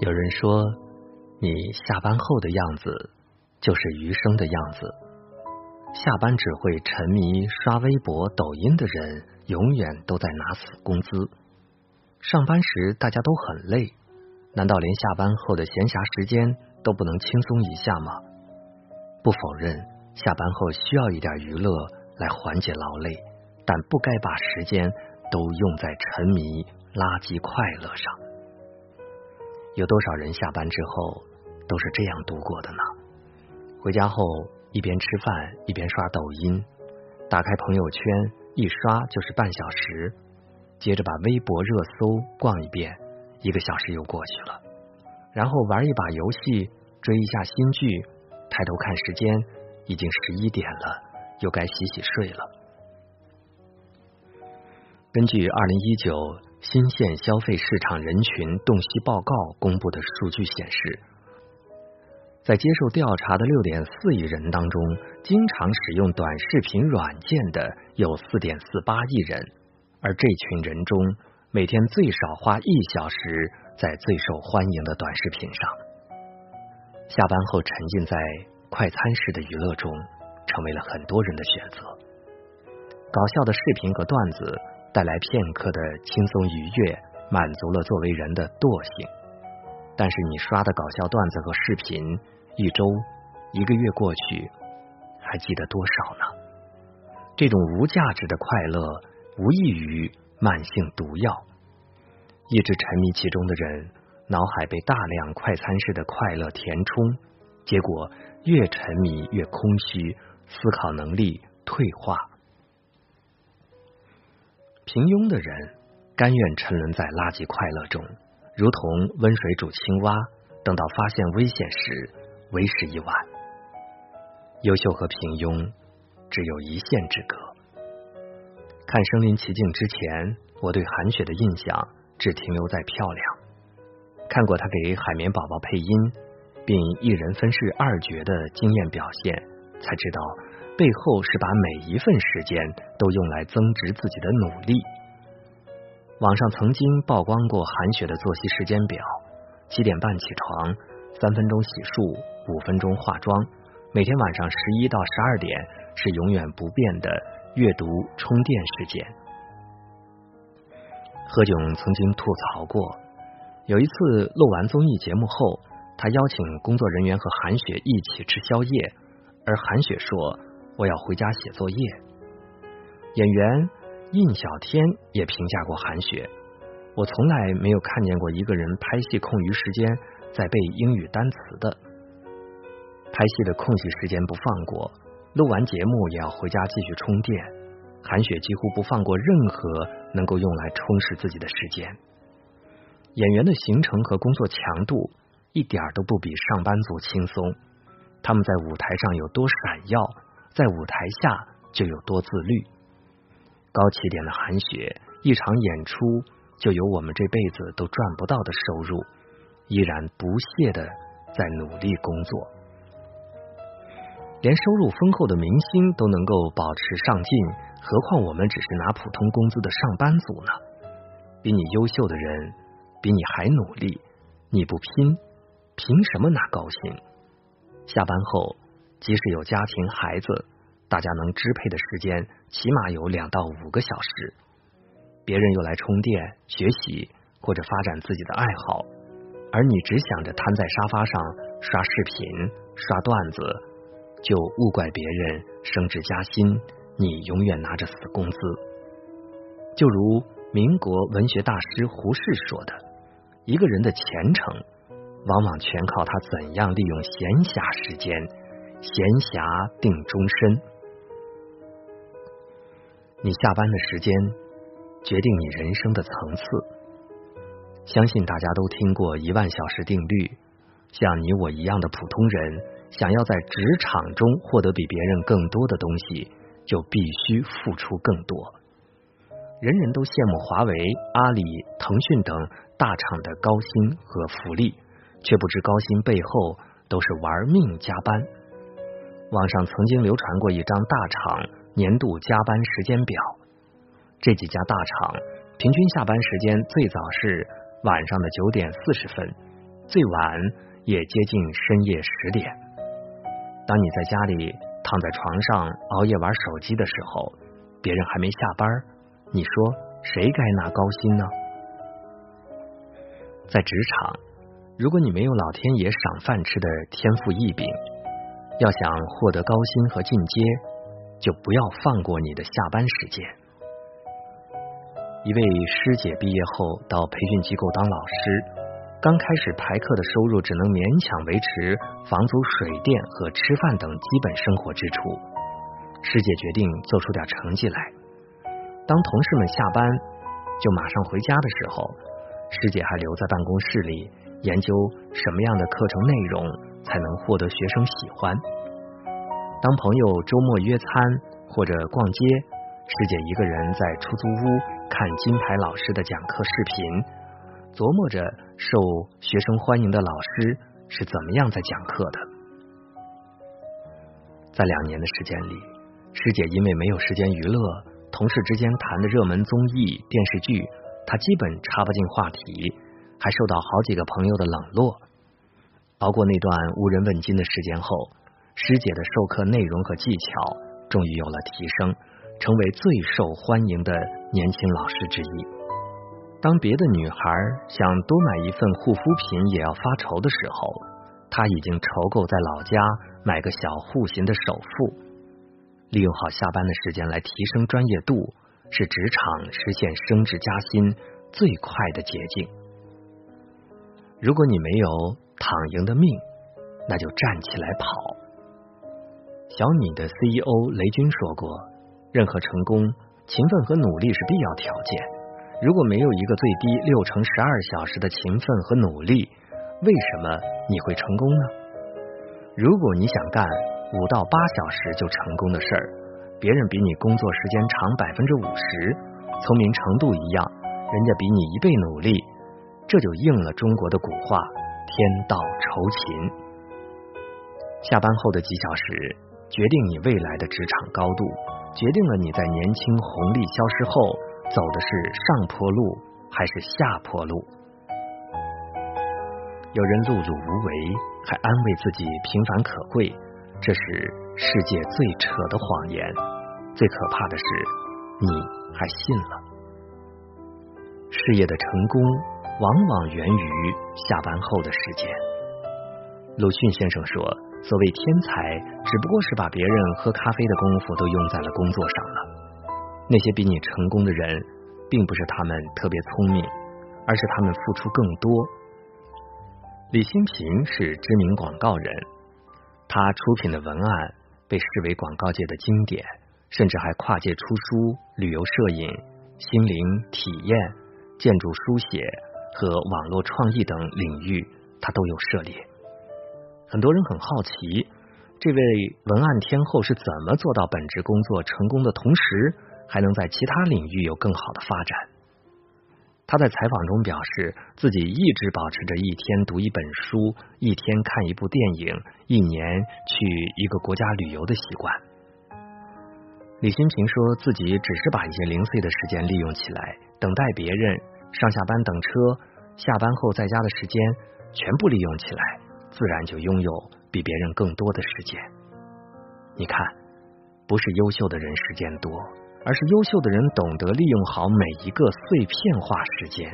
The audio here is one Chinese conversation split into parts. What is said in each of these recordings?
有人说，你下班后的样子就是余生的样子。下班只会沉迷刷微博、抖音的人，永远都在拿死工资。上班时大家都很累，难道连下班后的闲暇时间都不能轻松一下吗？不否认，下班后需要一点娱乐来缓解劳累，但不该把时间都用在沉迷垃圾快乐上。有多少人下班之后都是这样度过的呢？回家后一边吃饭一边刷抖音，打开朋友圈一刷就是半小时，接着把微博热搜逛一遍，1个小时又过去了，然后玩一把游戏，追一下新剧，抬头看时间已经11点了，又该洗洗睡了。根据2019新县消费市场人群洞悉报告公布的数据显示，在接受调查的6.4亿人当中，经常使用短视频软件的有4.48亿人，而这群人中，每天最少花1小时在最受欢迎的短视频上。下班后沉浸在快餐式的娱乐中，成为了很多人的选择。搞笑的视频和段子带来片刻的轻松愉悦，满足了作为人的惰性。但是你刷的搞笑段子和视频，1周、1个月过去，还记得多少呢？这种无价值的快乐，无异于慢性毒药。一直沉迷其中的人，脑海被大量快餐式的快乐填充，结果越沉迷越空虚，思考能力退化。平庸的人甘愿沉沦在垃圾快乐中，如同温水煮青蛙，等到发现危险时为时已晚。优秀和平庸只有一线之隔。看《身临其境》之前，我对韩雪的印象只停留在漂亮。看过她给海绵宝宝配音，并一人分饰2角的惊艳表现，才知道背后是把每一份时间都用来增值自己的努力。网上曾经曝光过韩雪的作息时间表：7点半起床，3分钟洗漱，5分钟化妆，每天晚上11到12点是永远不变的阅读充电时间。何炅曾经吐槽过，有一次录完综艺节目后，他邀请工作人员和韩雪一起吃宵夜，而韩雪说：“我要回家写作业。”演员印小天也评价过韩雪：“我从来没有看见过一个人拍戏空余时间在背英语单词的。拍戏的空隙时间不放过，录完节目也要回家继续充电。韩雪几乎不放过任何能够用来充实自己的时间。演员的行程和工作强度一点都不比上班族轻松，他们在舞台上有多闪耀，在舞台下就有多自律。高起点的韩雪，一场演出就有我们这辈子都赚不到的收入，依然不懈地在努力工作。连收入丰厚的明星都能够保持上进，何况我们只是拿普通工资的上班族呢？比你优秀的人，比你还努力，你不拼，凭什么拿高薪？下班后，即使有家庭孩子，大家能支配的时间起码有2到5个小时，别人又来充电、学习或者发展自己的爱好，而你只想着瘫在沙发上刷视频、刷段子，就误怪别人升职加薪，你永远拿着死工资。就如民国文学大师胡适说的，一个人的前程往往全靠他怎样利用闲暇时间，闲暇定终身。你下班的时间决定你人生的层次。相信大家都听过1万小时定律，像你我一样的普通人，想要在职场中获得比别人更多的东西，就必须付出更多。人人都羡慕华为、阿里、腾讯等大厂的高薪和福利，却不知高薪背后都是玩命加班。网上曾经流传过一张大厂年度加班时间表，这几家大厂平均下班时间最早是晚上的9点40分， 最晚也接近深夜10点。当你在家里躺在床上熬夜玩手机的时候，别人还没下班，你说谁该拿高薪呢？在职场，如果你没有老天爷赏饭吃的天赋异禀，要想获得高薪和进阶，就不要放过你的下班时间。一位师姐毕业后到培训机构当老师，刚开始排课的收入只能勉强维持房租、水电和吃饭等基本生活支出。师姐决定做出点成绩来。当同事们下班就马上回家的时候，师姐还留在办公室里研究什么样的课程内容才能获得学生喜欢。当朋友周末约餐或者逛街，师姐一个人在出租屋看金牌老师的讲课视频，琢磨着受学生欢迎的老师是怎么样在讲课的。在2年的时间里，师姐因为没有时间娱乐，同事之间谈的热门综艺、电视剧，她基本插不进话题，还受到好几个朋友的冷落。熬过那段无人问津的时间后，师姐的授课内容和技巧终于有了提升，成为最受欢迎的年轻老师之一。当别的女孩想多买一份护肤品也要发愁的时候，她已经筹够在老家买个小户型的首付。利用好下班的时间来提升专业度，是职场实现升职加薪最快的捷径。如果你没有躺赢的命，那就站起来跑。小米的 CEO 雷军说过，任何成功，勤奋和努力是必要条件。如果没有一个最低6乘12小时的勤奋和努力，为什么你会成功呢？如果你想干5到8小时就成功的事儿，别人比你工作时间长50%，聪明程度一样，人家比你1倍努力，这就应了中国的古话，天道酬勤。下班后的几小时决定你未来的职场高度，决定了你在年轻红利消失后走的是上坡路还是下坡路。有人碌碌无为，还安慰自己平凡可贵，这是世界最扯的谎言。最可怕的是，你还信了。事业的成功往往源于下班后的时间。鲁迅先生说，所谓天才，只不过是把别人喝咖啡的功夫都用在了工作上了。那些比你成功的人，并不是他们特别聪明，而是他们付出更多。李新平是知名广告人，他出品的文案被视为广告界的经典，甚至还跨界出书、旅游摄影、心灵体验、建筑书写和网络创意等领域，他都有涉猎。很多人很好奇，这位文案天后是怎么做到本职工作成功的同时，还能在其他领域有更好的发展。他在采访中表示，自己一直保持着一天读一本书、一天看一部电影、1年去一个国家旅游的习惯。李新平说自己只是把一些零碎的时间利用起来，等待别人，上下班等车，下班后在家的时间全部利用起来，自然就拥有比别人更多的时间。你看，不是优秀的人时间多，而是优秀的人懂得利用好每一个碎片化时间。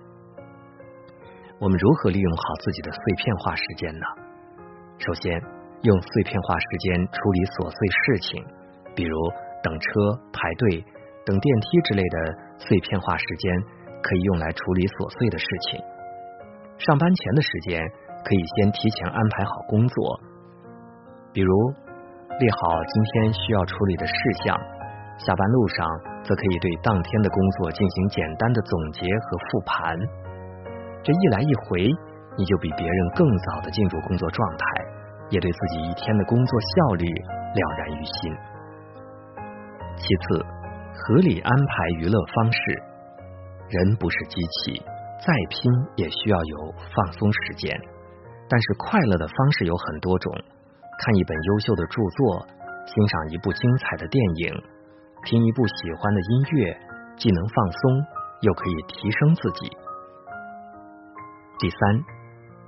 我们如何利用好自己的碎片化时间呢？首先，用碎片化时间处理琐碎事情，比如等车、排队、等电梯之类的碎片化时间，可以用来处理琐碎的事情。上班前的时间，可以先提前安排好工作，比如列好今天需要处理的事项，下班路上则可以对当天的工作进行简单的总结和复盘。这一来一回，你就比别人更早的进入工作状态，也对自己一天的工作效率了然于心。其次，合理安排娱乐方式。人不是机器，再拼也需要有放松时间，但是快乐的方式有很多种。看一本优秀的著作，欣赏一部精彩的电影，听一部喜欢的音乐，既能放松，又可以提升自己。第三，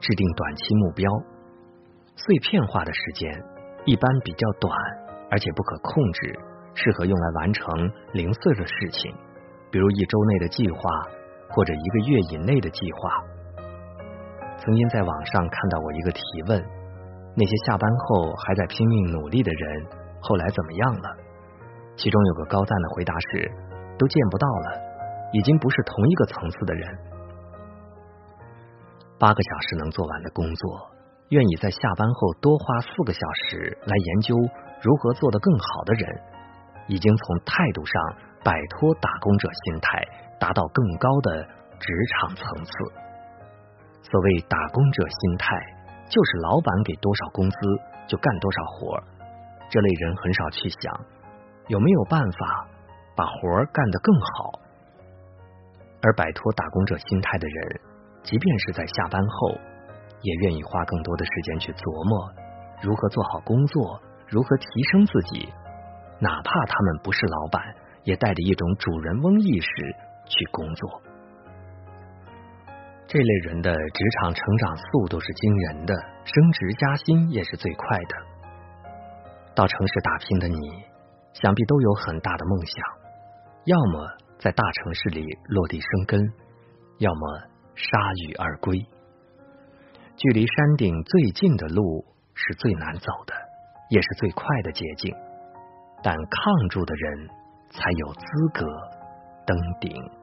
制定短期目标。碎片化的时间一般比较短，而且不可控制，适合用来完成零碎的事情，比如1周内的计划，或者1个月以内的计划。曾经在网上看到过一个提问，那些下班后还在拼命努力的人，后来怎么样了？其中有个高赞的回答是，都见不到了，已经不是同一个层次的人。8个小时能做完的工作，愿意在下班后多花4个小时来研究如何做得更好的人，已经从态度上摆脱打工者心态，达到更高的职场层次。所谓打工者心态，就是老板给多少工资就干多少活，这类人很少去想有没有办法把活干得更好。而摆脱打工者心态的人，即便是在下班后，也愿意花更多的时间去琢磨如何做好工作，如何提升自己，哪怕他们不是老板，也带着一种主人翁意识去工作。这类人的职场成长速度是惊人的，升职加薪也是最快的。到城市打拼的你，想必都有很大的梦想，要么在大城市里落地生根，要么铩羽而归。距离山顶最近的路是最难走的，也是最快的捷径，但抗住的人才有资格登顶。